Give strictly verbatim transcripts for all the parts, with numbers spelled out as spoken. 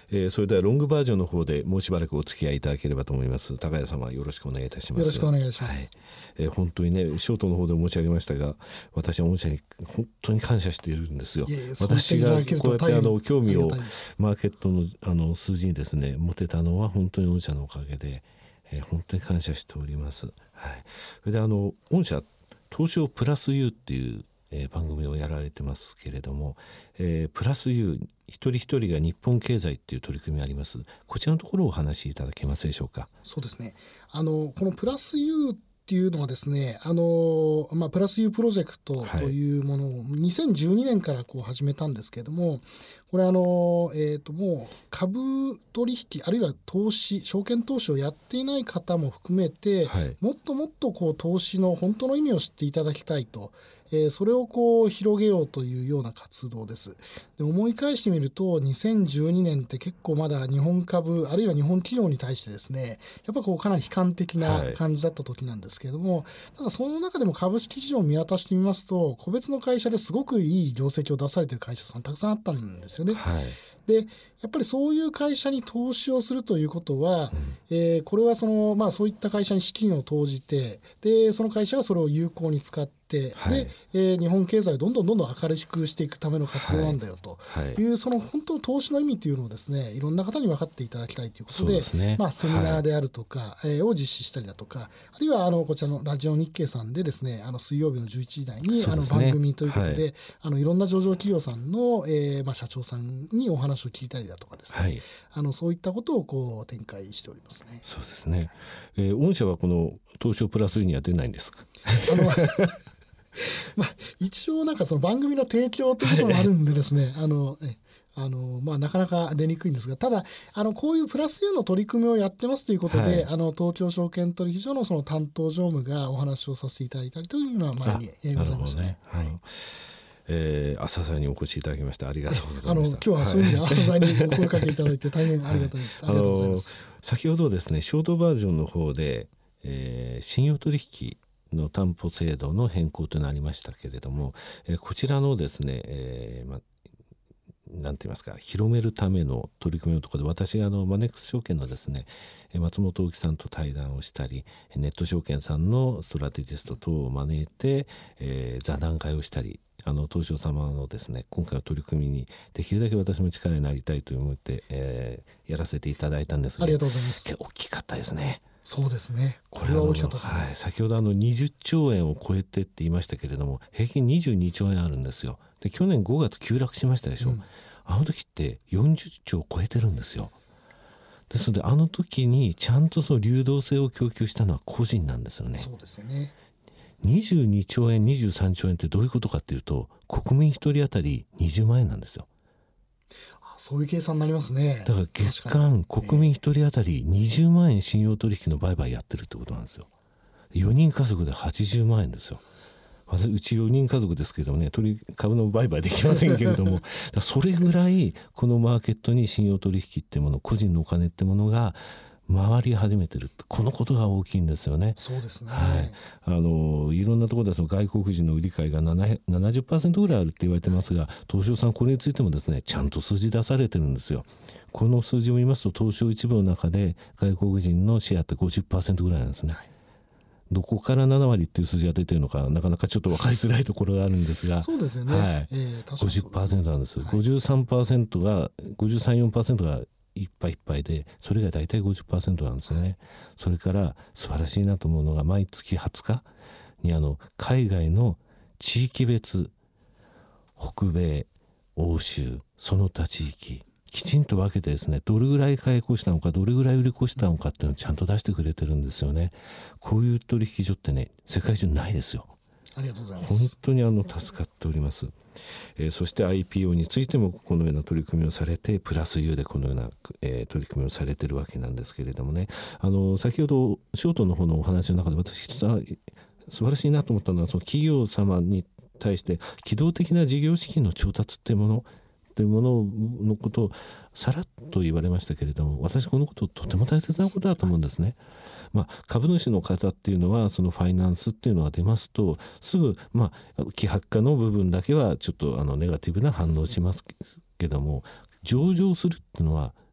えー、それではロングバージョンの方でもうしばらくお付き合いいただければと思います。高谷様、よろしくお願いいたします。 よろしくお願いします。 はい、えー、本当にね、ショートの方で申し上げましたが、私は御社に本当に感謝しているんですよ。 いやいや、 私がこうやってあの興味をマーケットのあの数字にですね持てたのは本当に御社のおかげで、えー、本当に感謝しております。はい、それであの御社東証プラス ユー っていうえー、番組をやられてますけれども、えー、プラス ユー 一人一人が日本経済っていう取り組みあります。こちらのところをお話しいただけますでしょうか。 そうですね、あのこのプラス ユー っていうのはですね、あの、まあ、プラス ユー プロジェクトというものをにせんじゅうにねんからこう始めたんですけれども、これあの、えーと、もう株取引あるいは投資証券投資をやっていない方も含めて、はい、もっともっとこう投資の本当の意味を知っていただきたいと、えー、それをこう広げようというような活動です。で、思い返してみるとにせんじゅうにねんって結構まだ日本株あるいは日本企業に対してですね、やっぱこうかなり悲観的な感じだった時なんですけれども、はい、ただその中でも株式市場を見渡してみますと、個別の会社ですごくいい業績を出されている会社さんたくさんあったんですよね。はい、でやっぱりそういう会社に投資をするということは、うんえー、これはその、まあ、そういった会社に資金を投じて、でその会社がそれを有効に使って、はいでえー、日本経済をどんどんどんどん明るくしていくための活動なんだよという、はい、その本当の投資の意味というのをですね、いろんな方に分かっていただきたいということで、で、ねまあ、セミナーであるとか、はいえー、を実施したりだとか、あるいはあのこちらのラジオ日経さんでですね、あの水曜日のじゅういちじ台に、ね、あの番組ということで、はい、あのいろんな上場企業さんの、えーまあ、社長さんにお話を聞いたりだとかですね、はい、あのそういったことをこう展開しておりますね。 そうですね、えー、御社はこの東証プラスには出ないんですか？あのまあ、一応なんかその番組の提供ということもあるんでですねあのえあのまあ、なかなか出にくいんですが、ただあのこういうプラス ユー の取り組みをやってますということで、はい、あの東京証券取引所のその担当常務がお話をさせていただいたりというのは前にございましたね。はい、 えー、朝鮮にお越しいただきましてありがとうございました。あの今日はそういう意味で朝鮮にお声かけいただいて大変ありがたいです。はい、ありがとうございます。 先ほどですねショートバージョンの方で、えー、信用取引の担保制度の変更となりましたけれども、えー、こちらのですね、えーまなんて言いますか、広めるための取り組みのところで、私があのマネックス証券のですね松本大木さんと対談をしたり、ネット証券さんのストラテジスト等を招いて、えー、座談会をしたり、あの東証様のですね今回の取り組みにできるだけ私も力になりたいと思って、えー、やらせていただいたんですが、 ありがとうございます。 大きかったですね。 そうですね、これは大きかったと思います。 はい、先ほどあのにじゅっちょうえんを超えてって言いましたけれども、平均にじゅうにちょうえんあるんですよ。で去年ごがつ急落しましたでしょ、うん、あの時ってよんじゅっちょうを超えてるんですよ。ですのであの時にちゃんとその流動性を供給したのは個人なんですよね。 そうですよね。 にじゅうにちょうえんにじゅうさんちょうえんってどういうことかっていうと、国民ひとり当たりにじゅうまんえんなんですよ。 そういう計算になりますね。 だから月間国民ひとり当たりにじゅうまんえん信用取引の売買やってるってことなんですよ。よにん家族ではちじゅうまんえんですよ。うちよにん家族ですけどもね、取り株の売買できませんけれどもだそれぐらいこのマーケットに信用取引ってもの、個人のお金ってものが回り始めてるって、このことが大きいんですよね。 そうですね、 はい、あのいろんなところでその外国人の売り買いが ななじゅっパーセント ぐらいあるって言われてますが、東証さんこれについてもですねちゃんと数字出されてるんですよ。この数字を見ますと東証一部の中で外国人のシェアって ごじゅっパーセント ぐらいなんですね。はい、どこからななわりっていう数字が出てるのかなかなかちょっと分かりづらいところがあるんですが、 そうですよね、 はいえー、 ごじゅっパーセント なんです、はい、ごじゅうさんパーセント が ごじゅうさん、よんパーセント がいっぱいいっぱいで、それが大体 ごじゅっパーセント なんですね。はい、それから素晴らしいなと思うのが、毎月はつかにあの海外の地域別、北米、欧州、その他地域きちんと分けてですね、どれぐらい買い越したのかどれぐらい売り越したのかっていうのをちゃんと出してくれてるんですよね。こういう取引所ってね世界中ないですよ。 ありがとうございます。 本当にあの助かっております。えー、そして アイピーオー についてもこのような取り組みをされて、プラス ユー でこのような、えー、取り組みをされているわけなんですけれどもね、あの先ほどショートの方のお話の中で私一つ素晴らしいなと思ったのは、その企業様に対して機動的な事業資金の調達っていうものというもののことをさらっと言われましたけれども、私このこととても大切なことだと思うんですね。まあ、株主の方っていうのはそのファイナンスっていうのが出ますとすぐ、まあ、希薄化の部分だけはちょっとあのネガティブな反応をしますけども、上場するっていうのは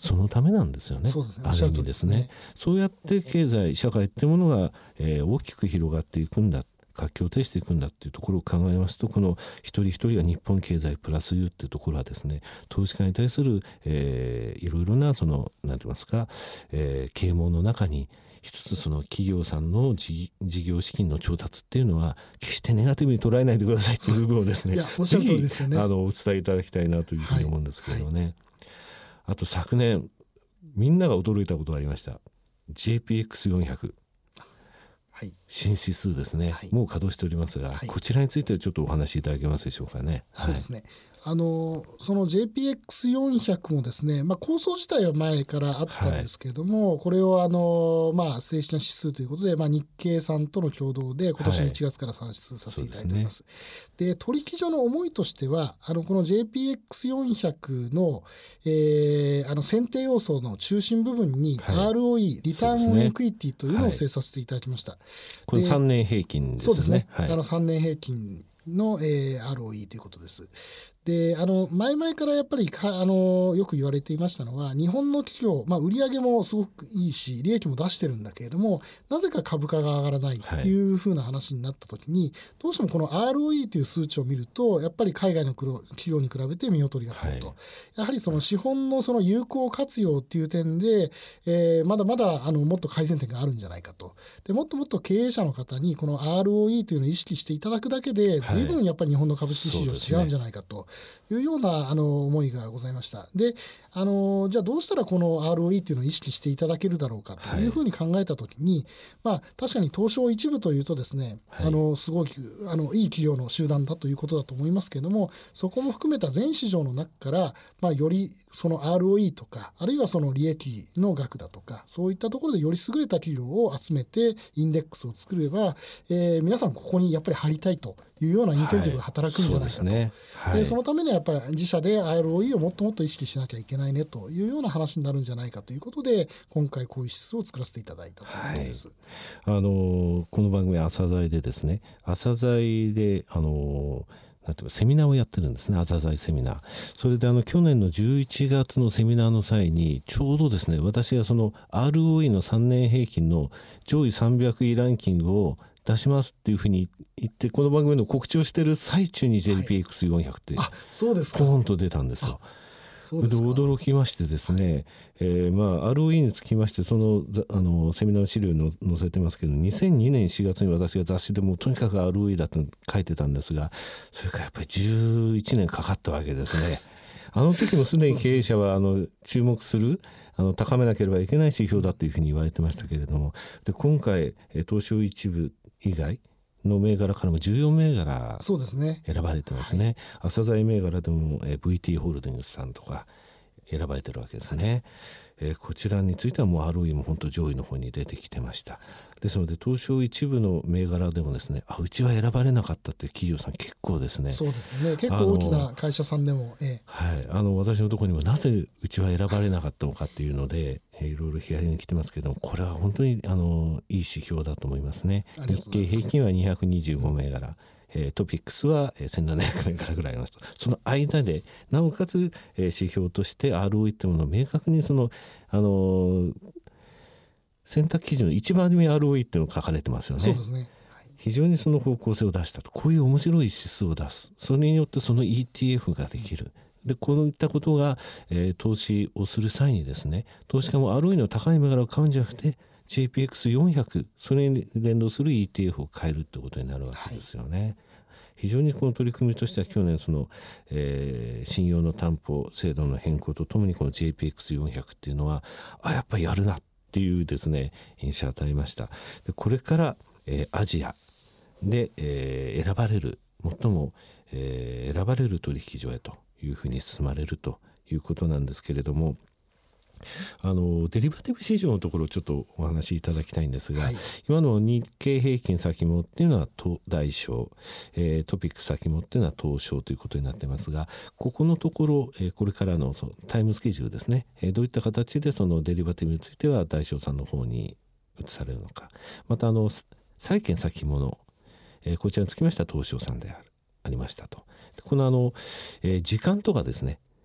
そのためなんですよね。 そうですね、 ある意味ですね。そうやって経済社会っていうものが、えー、大きく広がっていくんだ、活況を呈していくんだっていうところを考えますと、この一人一人が日本経済プラス U っていうところはですね、投資家に対する、えー、いろいろなその何て言いますか、えー、啓蒙の中に一つその企業さんの事業資金の調達っていうのは決してネガティブに捉えないでくださいという部分をですね、 いやおっしゃる通りですよね。 あのお伝えいただきたいなというふうに思うんですけれどもね、はいはい、あと昨年みんなが驚いたことがありました。 ジェーピーエックスよんひゃく、はい、新指数ですね、はい、もう稼働しておりますが、はい、こちらについてちょっとお話しいただけますでしょうかね。 そうですね、はい、あのその ジェーピーエックスよんひゃく もですね、まあ、構想自体は前からあったんですけれども、はい、これをあの、まあ、正式な指数ということで、まあ、日経さんとの共同で今年のいちがつから算出させていただいております。はい、で、ね、取引所の思いとしてはあのこの ジェーピーエックスよんひゃく の、えー、あの選定要素の中心部分に アールオーイー、はい、リターンオンエクイティというのを指定させていただきました。はい、 これさんねん平均ですね。 そうですね、 はい、 あのさんねん平均の、えー、アールオーイー ということです。で、あの前々からやっぱりかあのよく言われていましたのは、日本の企業、まあ、売上もすごくいいし利益も出してるんだけれども、なぜか株価が上がらないっていう風な話になった時に、はい、どうしてもこの アールオーイー という数値を見るとやっぱり海外の企業に比べて見劣りがすると、はい、やはりその資本のその有効活用っていう点で、えー、まだまだあのもっと改善点があるんじゃないかと。で、もっともっと経営者の方にこの アールオーイー というのを意識していただくだけで、随分やっぱり日本の株式市場違うんじゃないかというようなあの思いがございました。で、あのじゃあどうしたらこの アールオーイー というのを意識していただけるだろうかというふうに考えたときに、はい、まあ、確かに東証一部というとですね、はい、あのすごいあのいい企業の集団だということだと思いますけれども、そこも含めた全市場の中から、まあ、よりその アールオーイー とか、あるいはその利益の額だとか、そういったところでより優れた企業を集めてインデックスを作れば、えー、皆さんここにやっぱり入りたいというようなインセンティブが働くんじゃないかと、はい、 そうですね、はい、でそのためにはやっぱり自社で アールオーイー をもっともっと意識しなきゃいけないねというような話になるんじゃないかということで、今回こういう指数を作らせていただいたということです。 はい、あのこの番組朝鮮でですね、朝鮮であのなんていうかセミナーをやってるんですね。朝鮮セミナー。それであの去年のじゅういちがつのセミナーの際にちょうどですね、私がその アールオーイー のさんねん平均の上位さんびゃくいランキングを出しますっていうふうに言って、この番組の告知をしている最中に ジェーピーエックスよんひゃく ってポーンと出たんですよ。で驚きましてですね、はい、えーまあ、アールオーイー につきましてそのあのセミナー資料に載せてますけど、にせんにねんしがつに私が雑誌でもとにかく アールオーイー だと書いてたんですが、それからやっぱりじゅういちねんかかったわけですね。あの時もすでに経営者はあの注目するあの高めなければいけない指標だというふうに言われてましたけれども、で今回東証一部以外の銘柄からもじゅうよん銘柄選ばれてますね。はい、朝鮮銘柄でも ブイティー ホールディングスさんとか選ばれてるわけですね。えー、こちらについてはもう アールオーイー も本当上位の方に出てきてました。ですので東証一部の銘柄でもですね、あ、うちは選ばれなかったっていう企業さん結構ですね。 そうですね、結構大きな会社さんでも、ええ、 はい、あの私のところにもなぜうちは選ばれなかったのかっていうので、えー、いろいろヒアリングに来てますけども、これは本当にあのいい指標だと思いますね。日経平均はにひゃくにじゅうご銘柄、うん、えー、トピックスはせんななひゃく銘柄ぐらいありますと、その間でなおかつ、えー、指標として アールオーイー ってものを明確にそのあのー選択基準の一番初めに アールオーイー っていうのが書かれてますよね。 そうですね、はい、 非常にその方向性を出したと、こういう面白い指数を出す、それによってその イーティーエフ ができる。でこういったことが、えー、投資をする際にですね、投資家も アールオーイー の高い銘柄を買うんじゃなくて ジェーピーエックスよんひゃく それに連動する イーティーエフ を買えるってことになるわけですよね。はい、非常にこの取り組みとしては去年その、えー、信用の担保制度の変更とともにこの ジェーピーエックスよんひゃく っていうのは、あ、やっぱりやるなっていうですね印象を与えました。でこれから、えー、アジアで、えー、選ばれる最も、えー、選ばれる取引所へというふうに進まれるということなんですけれども、あのデリバティブ市場のところをちょっとお話しいただきたいんですが、はい、今の日経平均先物っていうのは大小、えー、トピック先物っていうのは東証ということになってますが、ここのところ、えー、これからのそのタイムスケジュールですね、えー、どういった形でそのデリバティブについては大小さんの方に移されるのか、またあの債券先物、えー、こちらにつきましては東証さんであるありましたと。でこのあの、えー、時間とかですね、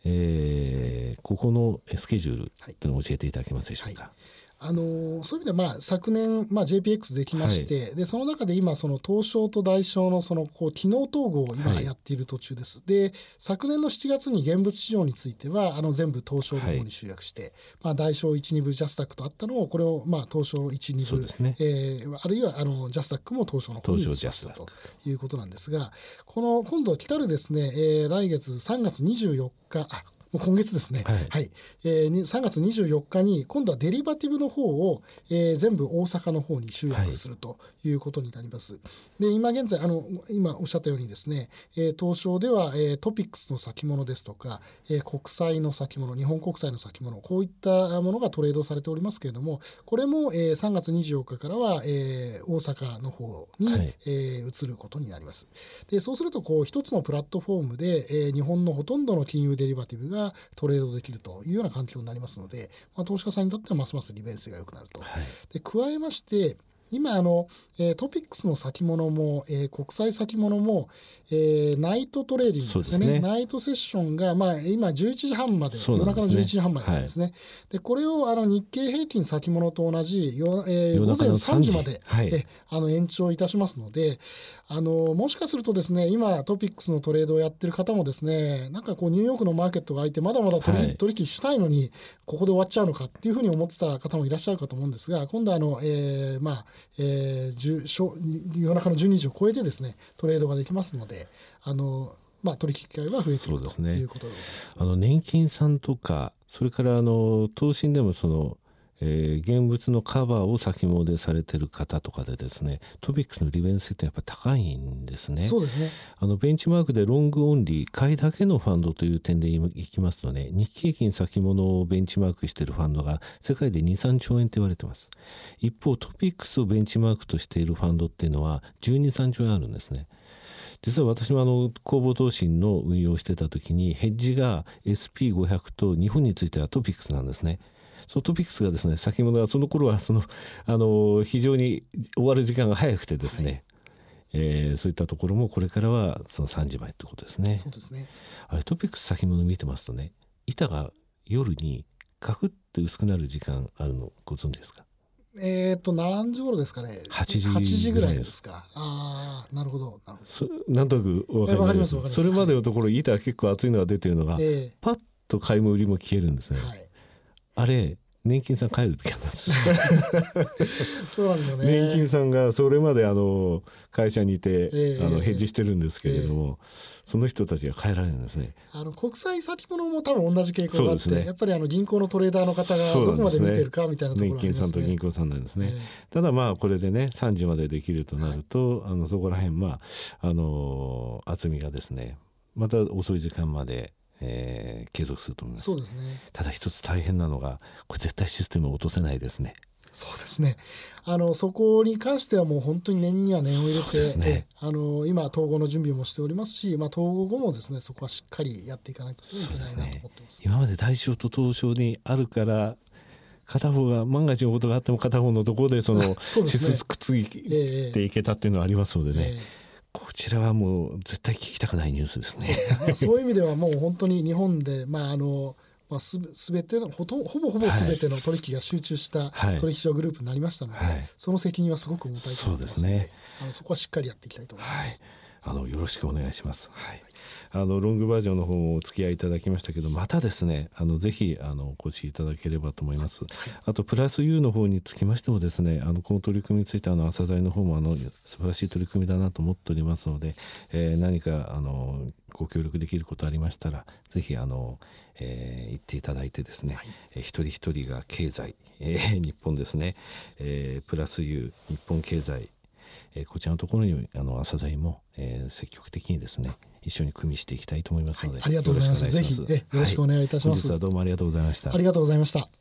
えー、ここのスケジュールというのを教えていただけますでしょうか。 はいあのそういう意味では、まあ、昨年、まあ、ジェイピーエックス できまして、はい、でその中で今その東証と大証のそのこう機能統合を今やっている途中です、はい、で昨年のしちがつに現物市場についてはあの全部東証の方に集約して、はいまあ、大証いち、に部ジャスタックとあったのをこれをまあ東証いち、に部、ねえー、あるいはあのジャスタックも東証の方に集約したということなんですが、この今度来たるですね、えー、来月さんがつにじゅうよっかあもう今月ですね、はいはいえー、さんがつにじゅうよっかに今度はデリバティブの方を、えー、全部大阪の方に集約するということになります、はい、で今現在あの今おっしゃったようにですね、えー、東証では、えー、トピックスの先物ですとか、えー、国債の先物日本国債の先物こういったものがトレードされておりますけれども、これも、えー、さんがつにじゅうよっかからは、えー、大阪の方に、はいえー、移ることになります。でそうするとこう一つのプラットフォームで、えー、日本のほとんどの金融デリバティブがトレードできるというような環境になりますので、まあ、投資家さんにとってはますます利便性が良くなると、はい、で加えまして今あの、えー、トピックスの先物も、えー、国際先物も、えー、ナイトトレーディングですね、ですねナイトセッションが、まあ、今じゅういちじはんまで、ね、夜中のじゅういちじはんまでなんですね、はい、でこれをあの日経平均先物と同じよ、えー、午前さんじまで、はい、えあの延長いたしますので、あのもしかするとですね今トピックスのトレードをやってる方もですねなんかこうニューヨークのマーケットが開いてまだまだ取り、はい、取引したいのにここで終わっちゃうのかっていうふうに思ってた方もいらっしゃるかと思うんですが、今度はあの、えーまあえー、夜中のじゅうにじを超えてですねトレードができますので、あの、まあ、取引機会は増えていくということでございます、ね、 あの年金さんとかそれからあの投信でもそのえー、現物のカバーを先物でされている方とかでですねトピックスの利便性ってやっぱり高いんですね。 そうですね。 あのベンチマークでロングオンリー買いだけのファンドという点でいきますとね、日経平均先物をベンチマークしているファンドが世界でに、さんちょうえんと言われています。一方トピックスをベンチマークとしているファンドっていうのはじゅうに、さんちょうえんあるんですね。実は私もあの公募投信の運用をしてた時にヘッジが エスピーごひゃく と日本についてはトピックスなんですね。そのトピックスがですね先物はその頃はそのあの非常に終わる時間が早くてですね、はいえー、そういったところもこれからはそのさんじまえってことですね。 そうですね。 あれトピックス先物見てますとね板が夜にカクって薄くなる時間あるのご存知ですか？ えっと何時頃ですかね。 はちじはちじぐらいですか。ああなるほどなるほど。 そなんとなくお分かります。それまでのところ板が結構厚いのが出てるのが、えー、パッと買いも売りも消えるんですね、はい、あれ年金さん帰る時なんですそうなんですよね。 年金さんがそれまであの会社にいて、えー、あのヘッジしてるんですけれども、えー、その人たちが帰られるんですね。 あの国際先物も多分同じ傾向があって、ね、やっぱりあの銀行のトレーダーの方がどこまで見てるかみたいなところがありますね。 年金さんと銀行さんなんですね、えー、ただまあこれでねさんじまでできるとなると、はい、あのそこら辺まああの厚みがですねまた遅い時間までえー、継続すると思います。 そうですね。 ただ一つ大変なのがこれ絶対システムを落とせないですね。 そうですね。あのそこに関してはもう本当に念には念を入れて、ね、あの今統合の準備もしておりますし、まあ、統合後もですねそこはしっかりやっていかないといけないなと思ってます。 今まで大証と東証にあるから片方が万が一のことがあっても片方のところでその指数くっついていけたっていうのはありますのでね、えーえーこちらはもう絶対聞きたくないニュースですね。 そう、まあ、そういう意味ではもう本当に日本で、まああのまあ、す, すべてのほとほぼほぼすべての取引が集中した取引所グループになりましたので、はい、その責任はすごく重たいと思いますの で, そうです、ね、あのそこはしっかりやっていきたいと思います。 はい、あのよろしくお願いします。はい、あのロングバージョンの方もお付き合いいただきましたけどまたですねあのぜひあのお越しいただければと思います。はい、あとプラス U の方につきましてもですねあのこの取り組みについてあの朝鮮の方もあの素晴らしい取り組みだなと思っておりますので、えー、何かあのご協力できることありましたらぜひあの、えー、言っていただいてですね、はいえー、一人一人が経済、えー、日本ですね、えー、プラス U 日本経済えー、こちらのところにあの朝鮮も、えー、積極的にですね一緒に組みしていきたいと思いますので、はい、 ありがとうございます。ぜひ、えよろしくお願いいたします。 はい、本日はどうもありがとうございました。 ありがとうございました。